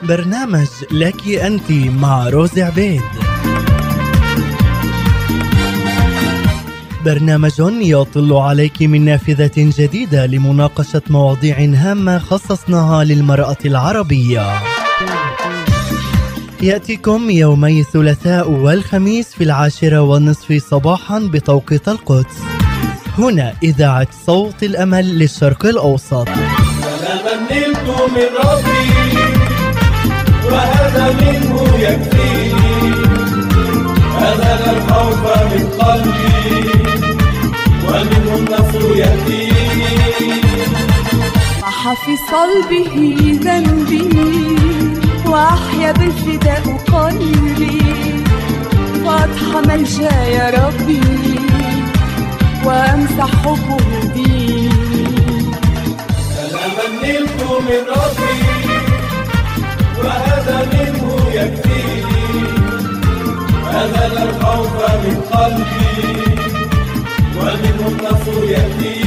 برنامج لك أنت مع روزي عبيد. برنامج يطل عليك من نافذة جديدة لمناقشة مواضيع هامة خصصناها للمرأة العربية. يأتيكم يومي الثلاثاء والخميس في 10:30 صباحا بتوقيت القدس، هنا إذاعة صوت الأمل للشرق الأوسط. سلاما نلت من ربي وهذا منه يكفيني، أزال الخوف من قلبي ومنه النصر يأتيني. صح في صلبه ذنبي وأحيا بالفداء قلبي، فاضحى ملجأ يا ربي وأمسح حبه دي. سلاما نلت من ربي وهذا منه يكفيني، أزال الخوف من قلبي ومنه النصر يأتيني.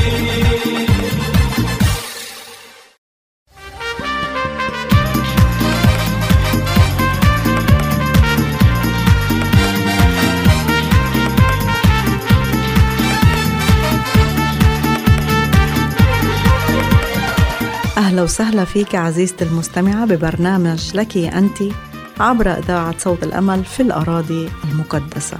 أهلا وسهلا فيك عزيزتي المستمعة ببرنامج لك أنت عبر إذاعة صوت الأمل في الأراضي المقدسة.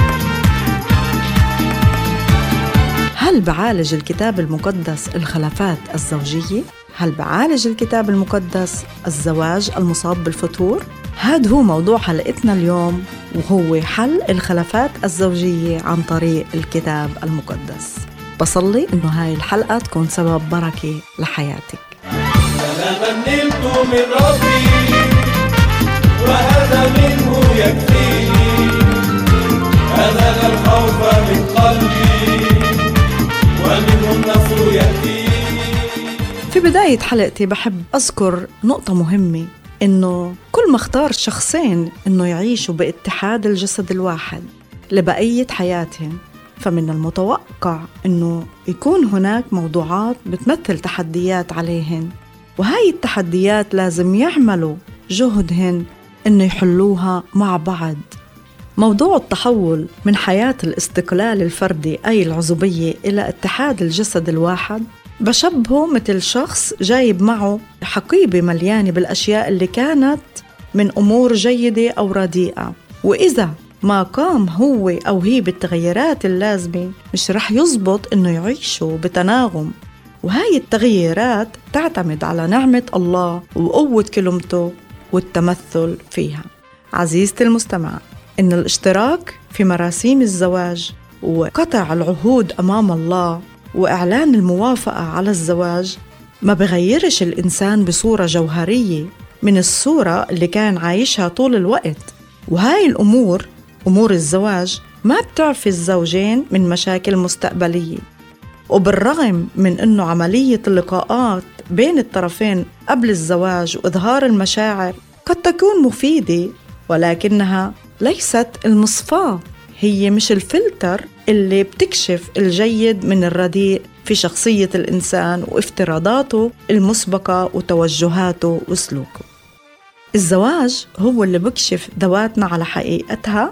هل بعالج الكتاب المقدس الخلافات الزوجية؟ هل بعالج الكتاب المقدس الزواج المصاب بالفتور؟ هذا هو موضوع حلقتنا اليوم، وهو حل الخلافات الزوجية عن طريق الكتاب المقدس. بصلي إنه هاي الحلقة تكون سبب بركة لحياتك. سلاما نلت من ربي وهذا منه يكفيني، أزال الخوف من قلبي ومنه النصر يأتيني. في بداية حلقتي بحب أذكر نقطة مهمة، إنه كل ما اختار شخصين إنه يعيشوا باتحاد الجسد الواحد لبقية حياتهم، فمن المتوقع إنه يكون هناك موضوعات بتمثل تحديات عليهن، وهاي التحديات لازم يعملوا جهدهن إنه يحلوها مع بعض. موضوع التحول من حياة الاستقلال الفردي أي العزوبية إلى اتحاد الجسد الواحد بشبهه مثل شخص جايب معه حقيبة مليانة بالأشياء اللي كانت من أمور جيدة أو رديئة، وإذا ما قام هو أو هي بالتغييرات اللازمة مش رح يزبط إنه يعيشوا بتناغم. وهاي التغييرات تعتمد على نعمة الله وقوة كلمته والتمثل فيها. عزيزتي المستمع، إن الاشتراك في مراسيم الزواج وقطع العهود أمام الله وإعلان الموافقة على الزواج ما بغيرش الإنسان بصورة جوهرية من الصورة اللي كان عايشها طول الوقت. وهاي الأمور، أمور الزواج، ما بتعفي الزوجين من مشاكل مستقبلية. وبالرغم من أنه عملية اللقاءات بين الطرفين قبل الزواج وإظهار المشاعر قد تكون مفيدة، ولكنها ليست المصفاة، هي مش الفلتر اللي بتكشف الجيد من الرديء في شخصية الإنسان وافتراضاته المسبقة وتوجهاته وسلوكه. الزواج هو اللي بكشف ذواتنا على حقيقتها،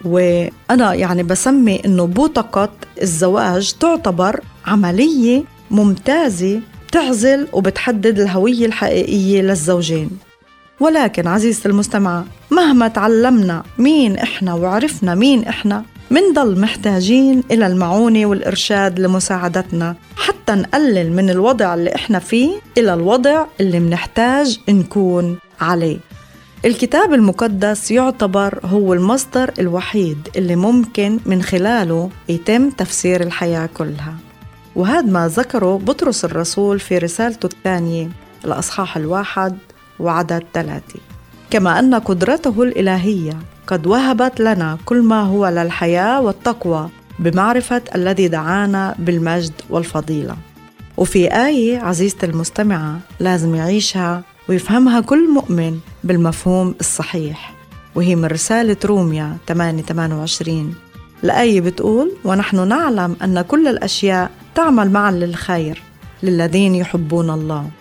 وأنا بسمي إنه بوتقة الزواج تعتبر عملية ممتازة بتعزل وبتحدد الهوية الحقيقية للزوجين. ولكن عزيزتي المستمعة، مهما تعلمنا مين إحنا وعرفنا مين إحنا، منضل محتاجين إلى المعونة والإرشاد لمساعدتنا حتى نقلل من الوضع اللي إحنا فيه إلى الوضع اللي منحتاج نكون عليه. الكتاب المقدس يعتبر هو المصدر الوحيد اللي ممكن من خلاله يتم تفسير الحياة كلها، وهذا ما ذكره بطرس الرسول في رسالته الثانية الأصحاح 1 وعدد 3. كما أن قدرته الإلهية قد وهبت لنا كل ما هو للحياة والتقوى بمعرفة الذي دعانا بالمجد والفضيلة. وفي آية عزيزتي المستمعة لازم يعيشها ويفهمها كل مؤمن بالمفهوم الصحيح، وهي من رسالة روميا 8:28. الآية بتقول: ونحن نعلم أن كل الأشياء تعمل معا للخير للذين يحبون الله.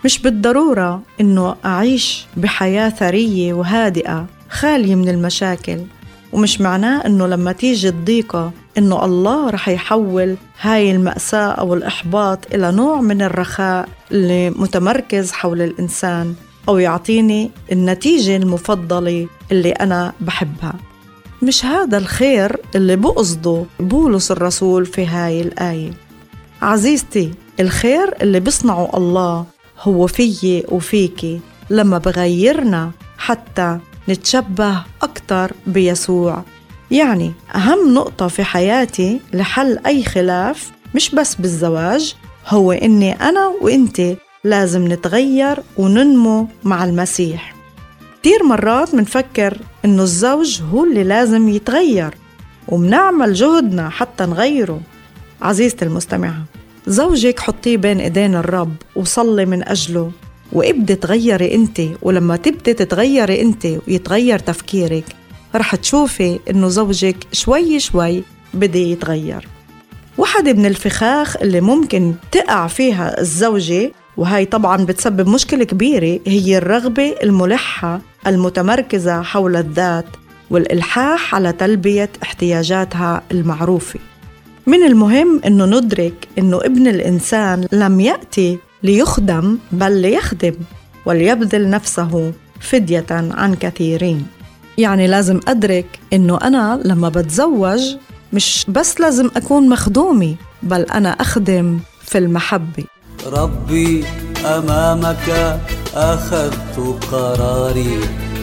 مش بالضرورة إنه أعيش بحياة ثرية وهادئة خالية من المشاكل، ومش معناه إنه لما تيجي الضيقة إنه الله رح يحول هاي المأساة أو الإحباط إلى نوع من الرخاء اللي متمركز حول الإنسان، أو يعطيني النتيجة المفضلة اللي أنا بحبها. مش هذا الخير اللي بقصده بولس الرسول في هاي الآية. عزيزتي، الخير اللي بصنعه الله هو فيي وفيكي لما بغيرنا حتى نتشبه أكتر بيسوع. يعني أهم نقطة في حياتي لحل أي خلاف مش بس بالزواج، هو إني أنا وإنتي لازم نتغير وننمو مع المسيح. كتير مرات منفكر إنه الزوج هو اللي لازم يتغير ومنعمل جهدنا حتى نغيره. عزيزتي المستمعة، زوجك حطيه بين إيدين الرب وصلي من أجله، وابدي تغيري انت. ولما تبدي تتغيري انت ويتغير تفكيرك رح تشوفي انه زوجك شوي شوي بدي يتغير. واحدة من الفخاخ اللي ممكن تقع فيها الزوجة، وهي طبعا بتسبب مشكلة كبيرة، هي الرغبة الملحة المتمركزة حول الذات والإلحاح على تلبية احتياجاتها المعروفة. من المهم انه ندرك انه ابن الإنسان لم يأتي ليخدم بل ليخدم وليبذل نفسه فدية عن كثيرين. يعني لازم أدرك إنه أنا لما بتزوج مش بس لازم أكون مخدومي، بل أنا أخدم في المحبة. ربي أمامك أخذت قراري،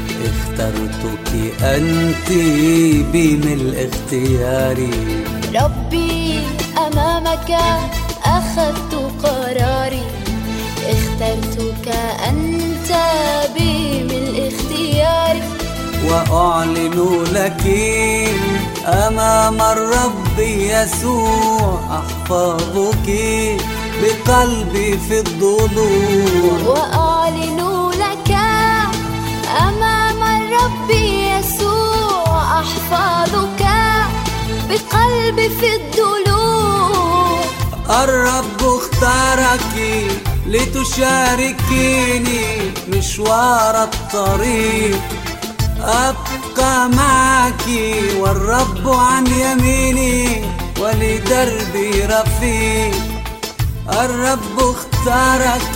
اخترتك أنت بملء اختياري. ربي أمامك أخذت قراري، اخترتك أنت بملء اختياري. وأعلن لك أمام الرب يسوع، أحفظك بقلبي في الضلوع. وأعلن لك أمام الرب يسوع، أحفظك بقلبي في الضلوع. الرب اختارك لتشاركيني مشوار الطريق، أبقى معك والرب عن يميني ولدربي رفيق. الرب اختارك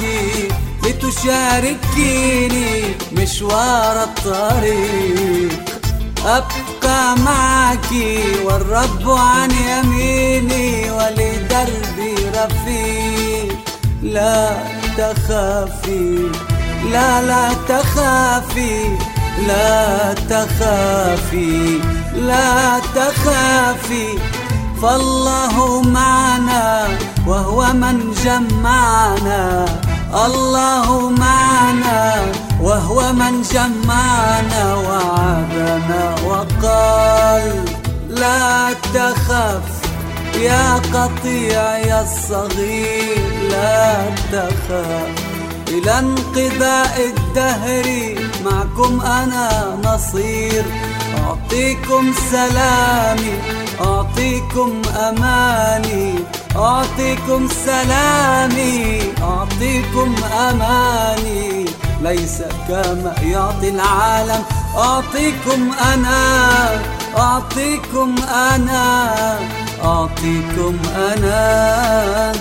لتشاركيني مشوار الطريق، أبقى معك والرب عن يميني ولدربي رفيق. لا تخافي، لا تخافي، لا تخافي، لا تخافي، فالله معنا وهو من جمعنا. الله معنا وهو من جمعنا وعدنا وقال لا تخف يا قطيعي الصغير، لا تخف. إلى انقضاء الدهر معكم أنا نصير، أعطيكم سلامي، أعطيكم أماني، أعطيكم سلامي، أعطيكم أماني. ليس كما يعطي العالم، أعطيكم أنا، أعطيكم أنا، أعطيكم أنا.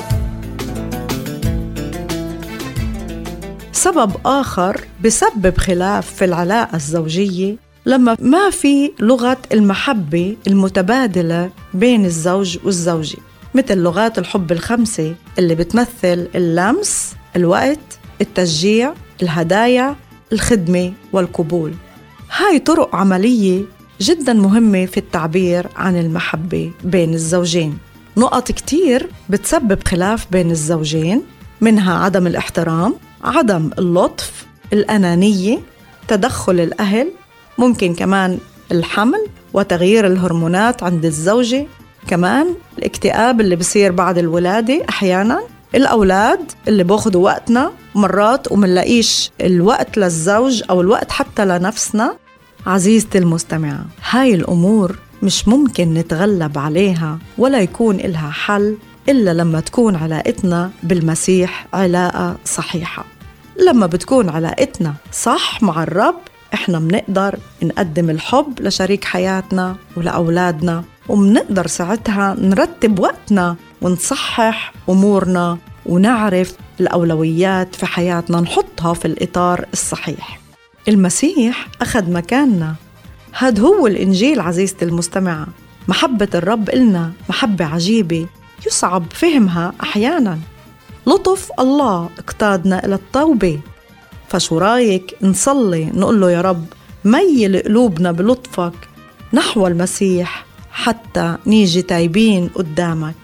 سبب آخر بسبب خلاف في العلاقة الزوجية لما ما في لغة المحبة المتبادلة بين الزوج والزوجة، مثل لغات الحب الخمسة اللي بتمثل اللمس، الوقت، التشجيع، الهدايا، الخدمة والقبول. هاي طرق عملية جدا مهمة في التعبير عن المحبة بين الزوجين. نقط كتير بتسبب خلاف بين الزوجين، منها عدم الاحترام، عدم اللطف، الأنانية، تدخل الأهل، ممكن كمان الحمل وتغيير الهرمونات عند الزوجة، كمان الاكتئاب اللي بصير بعد الولادة أحيانا، الأولاد اللي بأخذوا وقتنا مرات ومنلاقيش الوقت للزوج أو الوقت حتى لنفسنا. عزيزتي المستمعة، هاي الأمور مش ممكن نتغلب عليها ولا يكون إلها حل إلا لما تكون علاقتنا بالمسيح علاقة صحيحة. لما بتكون علاقتنا صح مع الرب إحنا منقدر نقدم الحب لشريك حياتنا ولأولادنا، ومنقدر ساعتها نرتب وقتنا ونصحح أمورنا ونعرف الأولويات في حياتنا، نحطها في الإطار الصحيح. المسيح أخذ مكاننا. هاد هو الإنجيل عزيزتي المستمعة. محبة الرب إلنا محبة عجيبة يصعب فهمها أحياناً. لطف الله اقتادنا إلى التوبة. فشو رايك نصلي نقول له يا رب ميل قلوبنا بلطفك نحو المسيح حتى نيجي تايبين قدامك.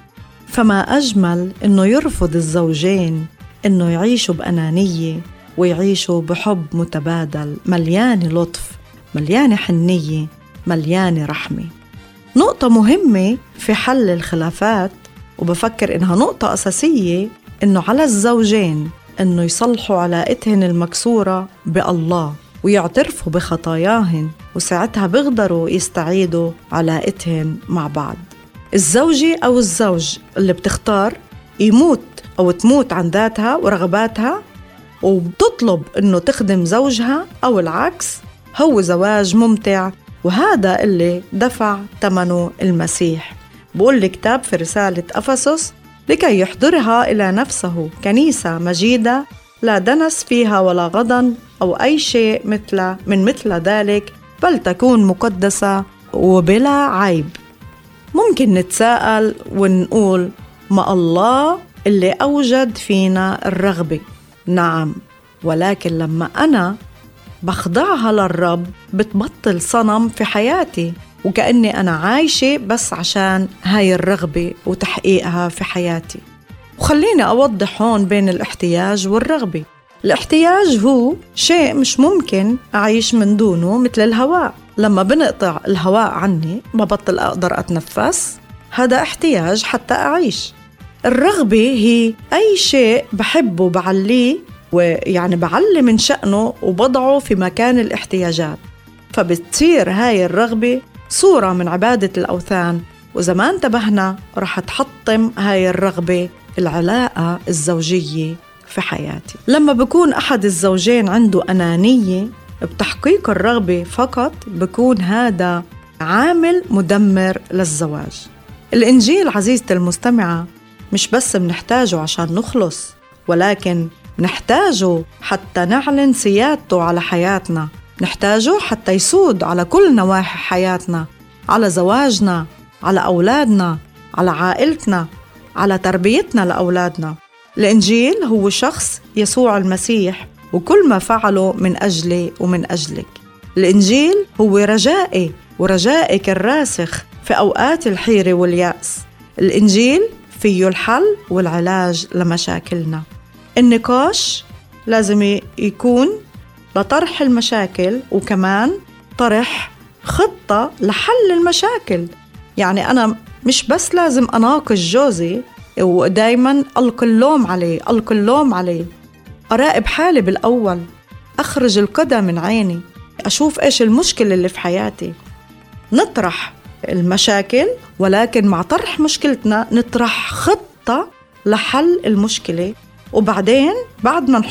فما أجمل إنه يرفض الزوجين إنه يعيشوا بأنانية ويعيشوا بحب متبادل مليان لطف، مليان حنية، مليان رحمة. نقطة مهمة في حل الخلافات، وبفكر إنها نقطة أساسية، إنه على الزوجين إنه يصلحوا علاقتهن المكسورة بالله ويعترفوا بخطاياهن، وساعتها بيقدروا يستعيدوا علاقتهن مع بعض. الزوجة أو الزوج اللي بتختار يموت أو تموت عن ذاتها ورغباتها وبتطلب إنه تخدم زوجها أو العكس، هو زواج ممتع، وهذا اللي دفع ثمنه المسيح. بقول الكتاب في رسالة أفسس لكي يحضرها إلى نفسه كنيسة مجيدة لا دنس فيها ولا غضن أو أي شيء مثل ذلك، بل تكون مقدسة وبلا عيب. ممكن نتساءل ونقول ما الله اللي أوجد فينا الرغبة، نعم، ولكن لما أنا بخضعها للرب بتبطل صنم في حياتي، وكأني أنا عايشة بس عشان هاي الرغبة وتحقيقها في حياتي. وخليني أوضح هون بين الاحتياج والرغبة. الاحتياج هو شيء مش ممكن أعيش من دونه، مثل الهواء. لما بنقطع الهواء عني ببطل أقدر أتنفس، هذا احتياج حتى أعيش. الرغبة هي أي شيء بحبه بعليه، ويعني بعلي من شأنه وبضعه في مكان الاحتياجات، فبتصير هاي الرغبة صورة من عبادة الأوثان. وإذا ما انتبهنا رح تحطم هاي الرغبة العلاقة الزوجية في حياتي. لما بكون أحد الزوجين عنده أنانية بتحقيق الرغبة فقط، بكون هذا عامل مدمر للزواج. الإنجيل عزيزتي المستمعة مش بس منحتاجه عشان نخلص، ولكن نحتاجه حتى نعلن سيادته على حياتنا، نحتاجه حتى يسود على كل نواحي حياتنا، على زواجنا، على أولادنا، على عائلتنا، على تربيتنا لأولادنا. الإنجيل هو شخص يسوع المسيح وكل ما فعله من أجلي ومن أجلك. الإنجيل هو رجائي ورجائك الراسخ في أوقات الحيرة واليأس. الإنجيل فيه الحل والعلاج لمشاكلنا. النقاش لازم يكون لطرح المشاكل، وكمان طرح خطة لحل المشاكل. يعني أنا مش بس لازم أناقش جوزي ودايما ألقي اللوم عليه، أراقب حالي بالأول، أخرج القدم من عيني، أشوف إيش المشكلة اللي في حياتي. نطرح المشاكل، ولكن مع طرح مشكلتنا نطرح خطة لحل المشكلة، وبعدين بعد ما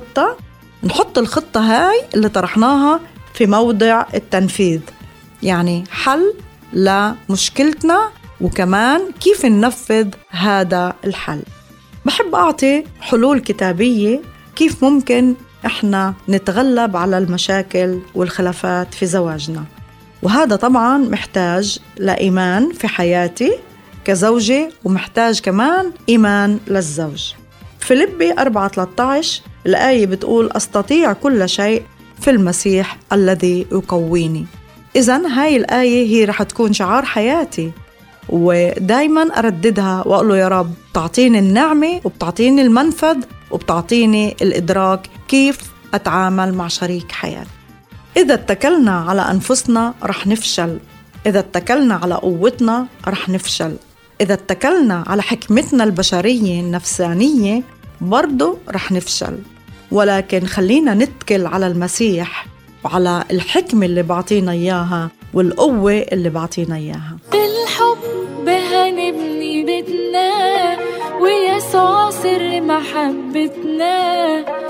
نحط الخطة هاي اللي طرحناها في موضع التنفيذ، يعني حل لمشكلتنا وكمان كيف ننفذ هذا الحل. بحب أعطي حلول كتابية كيف ممكن إحنا نتغلب على المشاكل والخلافات في زواجنا، وهذا طبعاً محتاج لإيمان في حياتي كزوجة، ومحتاج كمان إيمان للزوج. فيليبي 4:13 الآية بتقول أستطيع كل شيء في المسيح الذي يقويني. إذن هاي الآية هي رح تكون شعار حياتي، ودايما أرددها وأقول له يا رب تعطيني النعمة وبتعطيني المنفذ وبتعطيني الإدراك كيف أتعامل مع شريك حياتي. إذا اتكلنا على أنفسنا رح نفشل، إذا اتكلنا على قوتنا رح نفشل، إذا اتكلنا على حكمتنا البشرية النفسانية برضو رح نفشل. ولكن خلينا نتكل على المسيح وعلى الحكمة اللي بعطينا إياها والقوة اللي بعطينا إياها. بالحب هنبني بيتنا ويسوع سر محبتنا،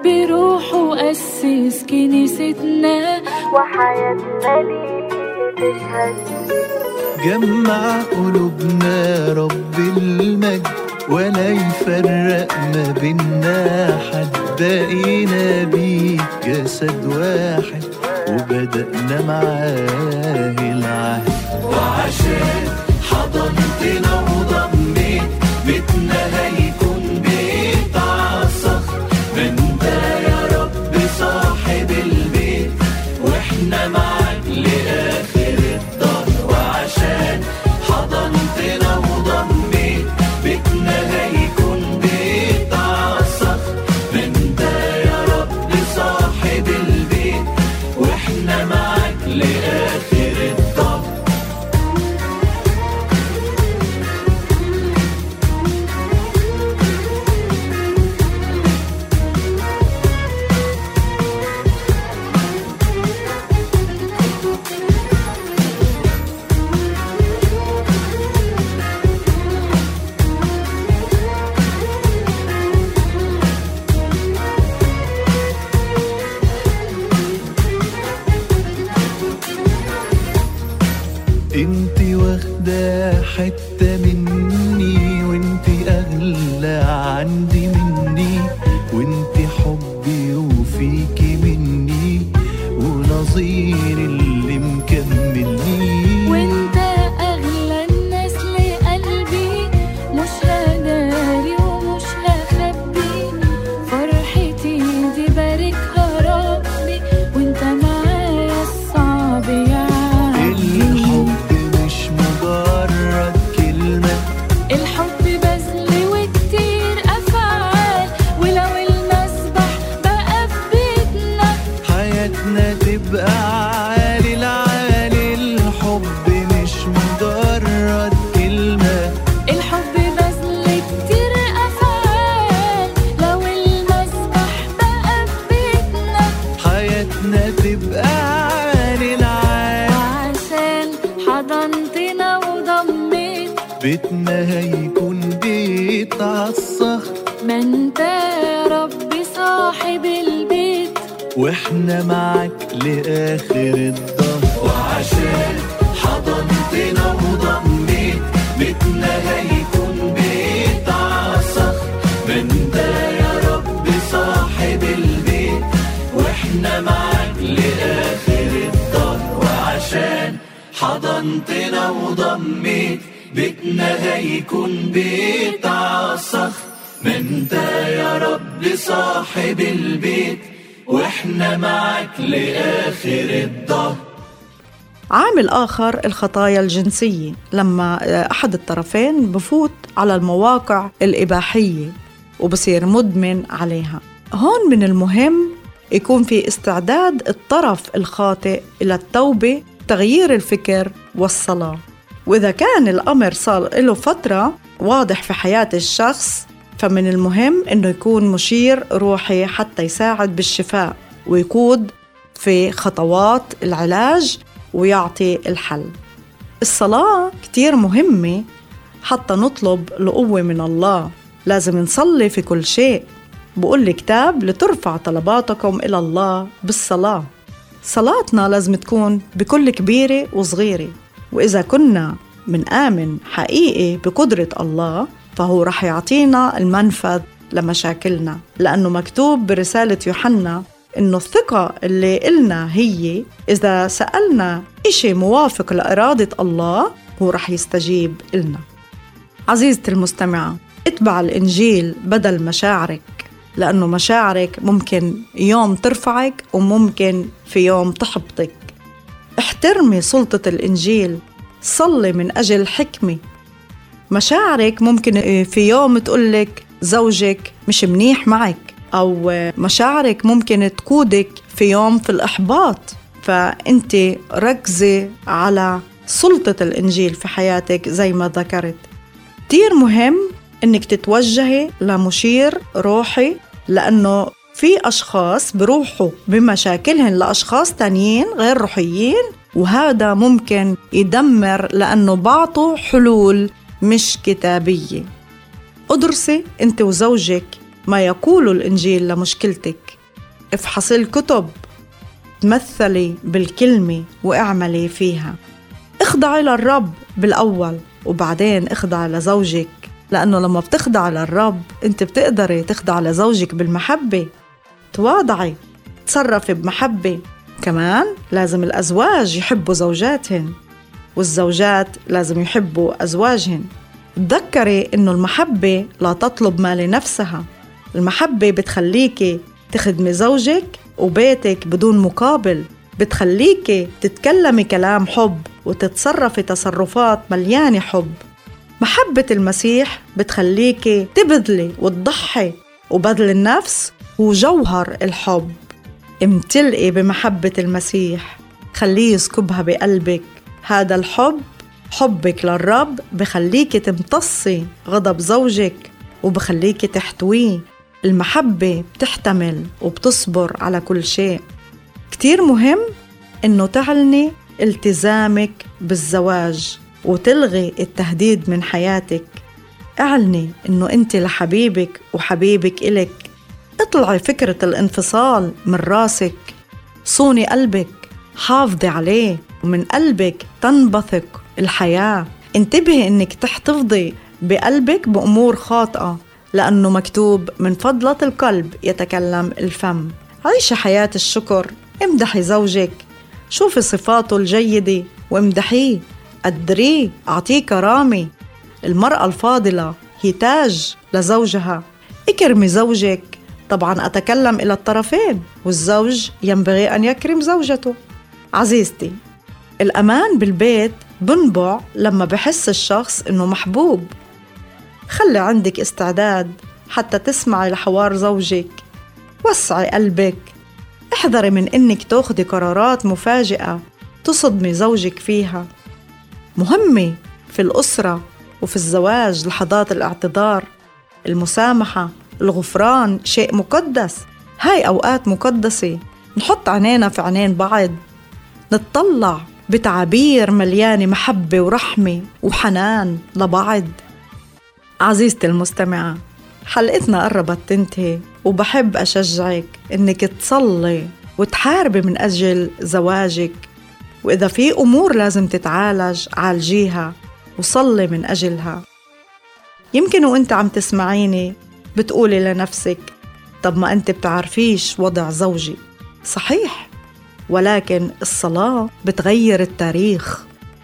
بروحه أسس كنيستنا وحياتنا ليه تشهد. جمع قلوبنا رب المجد ولا يفرق ما بينا حد، بقينا بيه جسد واحد وبدأنا معاه العهد. وعشان حضنتنا وضميت بيتنا هيكون بيت عالصخر، ما انت يا رب صاحب البيت واحنا معاك لآخر الدار. وعشان حضنتنا وضميت بيتنا هيكون بيت عالصخر، ما انت يا رب صاحب البيت واحنا معاك لآخر الدار. انتي واخدة حتة مني وانتي اغلى عندي مني، وانتي حبي وفيكي مني ونظير اللي مكملني. وانت أغلى الناس لقلبي، مش هداري ومش هخبي فرحتي دي باركها ربي، وانت معايا الصعب يعدي. الحب مش مجرد كلمة، الحب بذل وكتير أفعال، ولو المسبح بقى في بيتنا حياتنا تبقى عالي العالي. الحب مش مجرد كلمة، الحب بذل كتير أفعال، لو المسبح بقى في بيتنا حياتنا تبقى عالي العالي. وعشان حضنتنا وضميت بيتنا هيكون بيت عالصخر، ما انت يا ربي صاحب البيت واحنا معاك لآخر الدهر. وعشان حضنتنا وضميت بيتنا هيكون بيت عالصخر، ما انت يا رب صاحب البيت واحنا معاك لآخر الدهر. وعشان حضنتنا وضميت بيتنا هيكون بيت عالصخر، ما انت يا رب صاحب البيت واحنا معاك لآخر الدهر. عامل آخر الخطايا الجنسية، لما أحد الطرفين بفوت على المواقع الإباحية وبصير مدمن عليها. هون من المهم يكون في استعداد الطرف الخاطئ إلى التوبة، تغيير الفكر والصلاة. وإذا كان الأمر صار له فترة واضح في حياة الشخص، فمن المهم إنه يكون مشير روحي حتى يساعد بالشفاء ويقود في خطوات العلاج ويعطي الحل. الصلاة كتير مهمة حتى نطلب القوة من الله. لازم نصلي في كل شيء. بقول الكتاب لترفع طلباتكم إلى الله بالصلاة. صلاتنا لازم تكون بكل كبيرة وصغيرة، وإذا كنا منآمن حقيقي بقدرة الله فهو رح يعطينا المنفذ لمشاكلنا، لأنه مكتوب برسالة يوحنا إنه الثقة اللي إلنا هي إذا سألنا إشي موافق لإرادة الله هو رح يستجيب إلنا. عزيزتي المستمعة، اتبع الإنجيل بدل مشاعرك، لأنه مشاعرك ممكن يوم ترفعك وممكن في يوم تحبطك. احترمي سلطة الإنجيل، صلي من أجل حكمة. مشاعرك ممكن في يوم تقولك زوجك مش منيح معك، أو مشاعرك ممكن تقودك في يوم في الإحباط. فأنت ركزي على سلطة الإنجيل في حياتك زي ما ذكرت. كتير مهم إنك تتوجهي لمشير روحي، لأنه في أشخاص بروحوا بمشاكلهم لأشخاص تانيين غير روحيين، وهذا ممكن يدمر لأنه بعطوا حلول مش كتابية. ادرسي أنت وزوجك ما يقول الإنجيل لمشكلتك، افحصي الكتب، تمثلي بالكلمة واعملي فيها. اخضعي للرب بالأول وبعدين اخضعي لزوجك، لأنه لما بتخضعي للرب انت بتقدري تخضعي لزوجك بالمحبة. تواضعي، تصرفي بمحبة. كمان لازم الأزواج يحبوا زوجاتهن، والزوجات لازم يحبوا أزواجهن. تذكري إنه المحبة لا تطلب ما لنفسها. المحبة بتخليكي تخدمي زوجك وبيتك بدون مقابل، بتخليكي تتكلمي كلام حب وتتصرفي تصرفات مليانة حب. محبة المسيح بتخليكي تبذلي وتضحي، وبذل النفس هو جوهر الحب. امتلئي بمحبة المسيح، خليه يسكبها بقلبك. هذا الحب، حبك للرب، بخليكي تمتصي غضب زوجك وبخليكي تحتويه. المحبة بتحتمل وبتصبر على كل شيء. كتير مهم إنه تعلني التزامك بالزواج وتلغي التهديد من حياتك. اعلني إنه أنت لحبيبك وحبيبك إلك. اطلعي فكرة الانفصال من راسك. صوني قلبك، حافظي عليه، ومن قلبك تنبثق الحياة. انتبهي إنك تحتفظي بقلبك بأمور خاطئة، لأنه مكتوب من فضلة القلب يتكلم الفم. عيشي حياة الشكر. امدحي زوجك، شوفي صفاته الجيدة وامدحيه، قدريه، أعطيه كرامة. المرأة الفاضلة هي تاج لزوجها. اكرمي زوجك. طبعا أتكلم إلى الطرفين، والزوج ينبغي أن يكرم زوجته. عزيزتي، الأمان بالبيت بنبع لما بحس الشخص إنه محبوب. خلي عندك استعداد حتى تسمعي لحوار زوجك. وسعي قلبك. احذري من إنك تاخدي قرارات مفاجئة تصدمي زوجك فيها. مهمة في الأسرة وفي الزواج لحظات الاعتذار، المسامحة، الغفران شيء مقدس. هاي أوقات مقدسة نحط عينينا في عينين بعض، نتطلع بتعابير مليانة محبة ورحمة وحنان لبعض. عزيزتي المستمعة، حلقتنا قربت تنتهي، وبحب أشجعك إنك تصلي وتحاربي من أجل زواجك. وإذا في أمور لازم تتعالج عالجيها وصلي من أجلها. يمكن وإنت عم تسمعيني بتقولي لنفسك: طب ما أنت بتعرفيش وضع زوجي. صحيح، ولكن الصلاة بتغير التاريخ.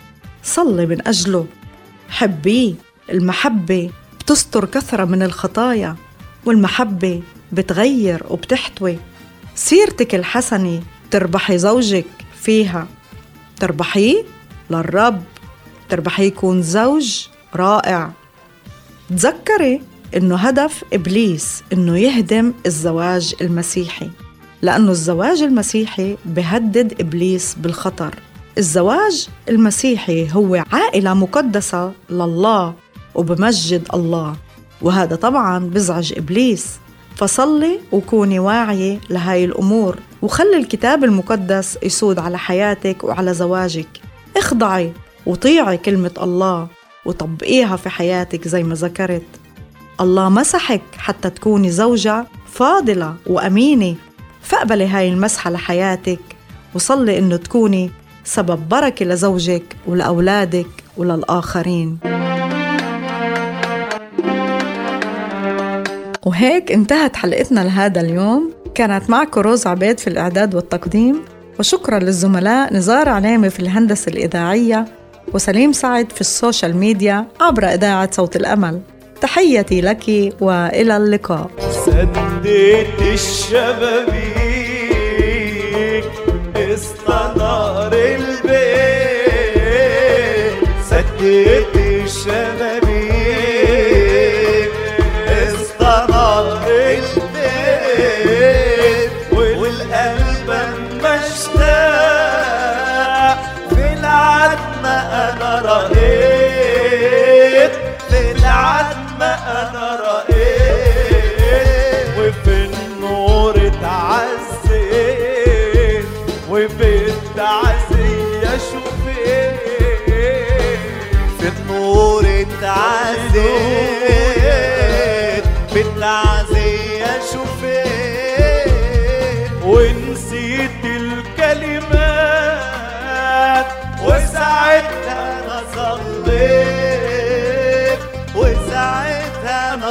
صلي من أجله، حبيه. المحبة بتستر كثرة من الخطايا، والمحبة بتغير وبتحتوي. سيرتك الحسنة تربحي زوجك فيها، تربحيه للرب، تربحيه يكون زوج رائع. تذكري إنه هدف إبليس إنه يهدم الزواج المسيحي، لأنه الزواج المسيحي بهدد إبليس بالخطر. الزواج المسيحي هو عائلة مقدسة لله وبمجد الله، وهذا طبعاً بزعج إبليس. فصلي وكوني واعية لهاي الأمور، وخلي الكتاب المقدس يسود على حياتك وعلى زواجك. اخضعي وطيعي كلمة الله وطبقيها في حياتك زي ما ذكرت. الله مسحك حتى تكوني زوجة فاضلة وأمينة، فاقبلي هاي المسحة لحياتك، وصلي إنه تكوني سبب بركة لزوجك ولأولادك وللآخرين. وهيك انتهت حلقتنا لهذا اليوم. كانت معكم روز عبيد في الإعداد والتقديم، وشكرا للزملاء نزار علامة في الهندسة الإذاعية وسليم سعد في السوشيال ميديا عبر إذاعة صوت الأمل. تحياتي لك وإلى اللقاء. سديت الشبابيك استنار البيت، سديت الشبابيك استنار البيت، والقلب مشتاق في العتمة أنا رأيت، في العتمة أنا رأيت، وفي النور اتعزيت، وفي التعزية شوفيت، في النور اتعزيت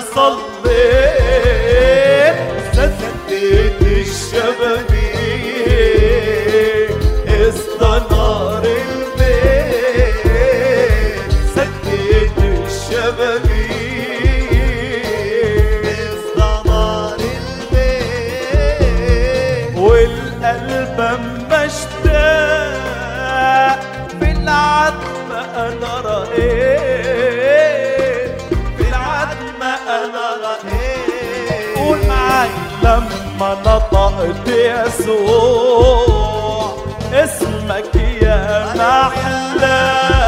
صليت سديت الشبابيك استنار البيت سديت الشبابيك استنار البيت والقلب اما اشتاق في العتمة انا رأيت في العتمة انا رأيت قول معاي لما نطقت يسوع اسمك يا محلى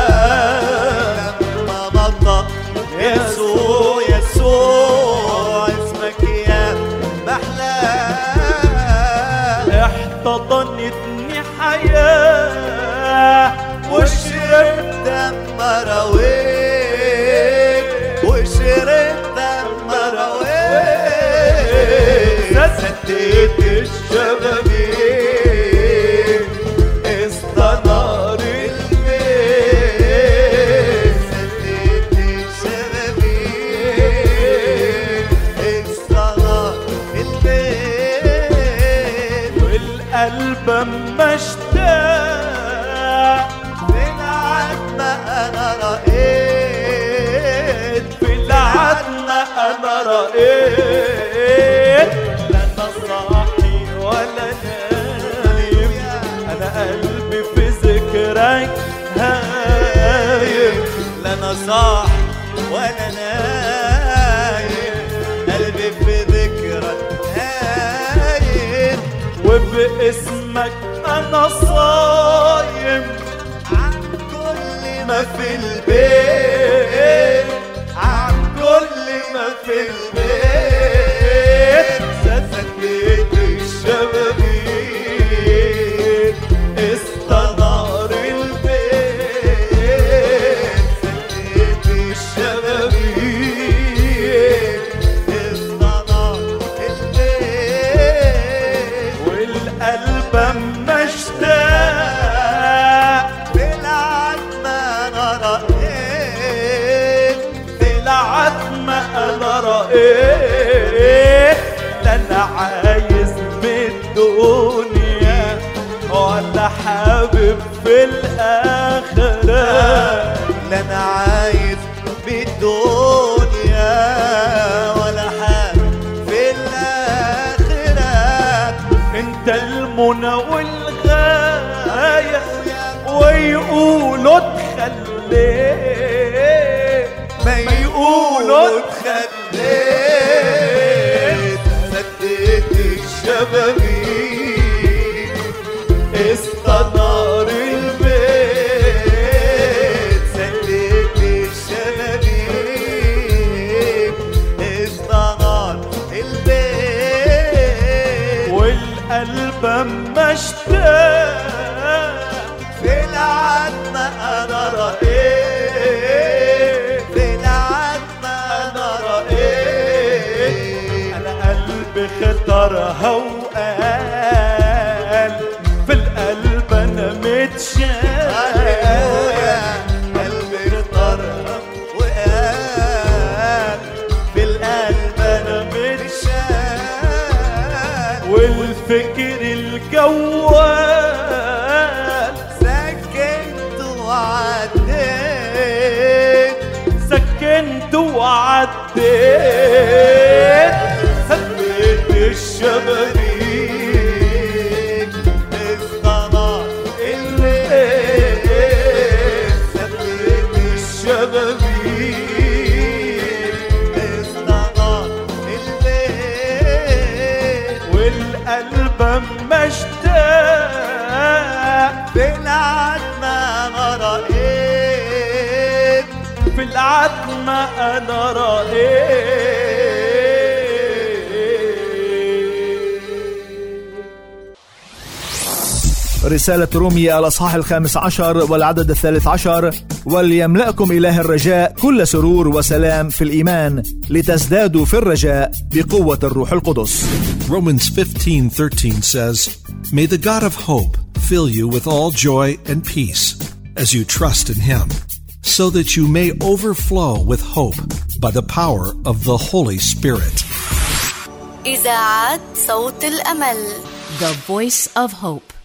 لما نطق يسوع يسوع اسمك يا محلى احتضنتني حياة وشربت دم روايك وشربت دم روايك سديت الشبابيك استنار البيت سديت الشبابيك استنار البيت والقلب اما اشتاق في العتمة انا رأيت في العتمة انا رأيت لا انا صاحي ولا نايم انا قلبي في ذكرك هايم لا انا صاحي ولا نايم قلبي في ذكرك هايم وباسمك انا صايم عن كل ما في البيت عن كل ما في البيت سديت الشبابيك استنار البيت سديت الشبابيك استنار البيت والقلب اما اشتاق في العتمة انا رأيت في العتمة انا رأيت لا انا عايز بالدنيا ولا حابب في الاخرة لا انا عايز بالدنيا ولا حابب في الاخرة انت المنى والغاية ويقولوا اتخليت ما يقولوا اتخليت سديت الشبابيك استنار البيت سديت الشبابيك استنار البيت والقلب اما اشتاق في العتمة انا رأيت في العتمة انا رأيت انا قلبي خطرها وقال في القلب انا متشال قلبي خطرها وقال في القلب انا متشال والفكر الجوال سكنت وعديت سكنت وعديت سديت الشبابيك استنار الليل سديت الشبابيك استنار الليل والقلب اما اشتاق في العتمة انا رأيت في العتمة انا رأيت رسالة رومية الأصحاح 15 والعدد 13 وليملأكم إله الرجاء كل سرور وسلام في الإيمان لتزدادوا في الرجاء بقوة الروح القدس. Romans 15:13 says, May the God of hope fill you with all joy and peace as you trust in Him, so that you may overflow with hope by the power of the Holy Spirit. إذاعة صوت الأمل. The Voice of Hope.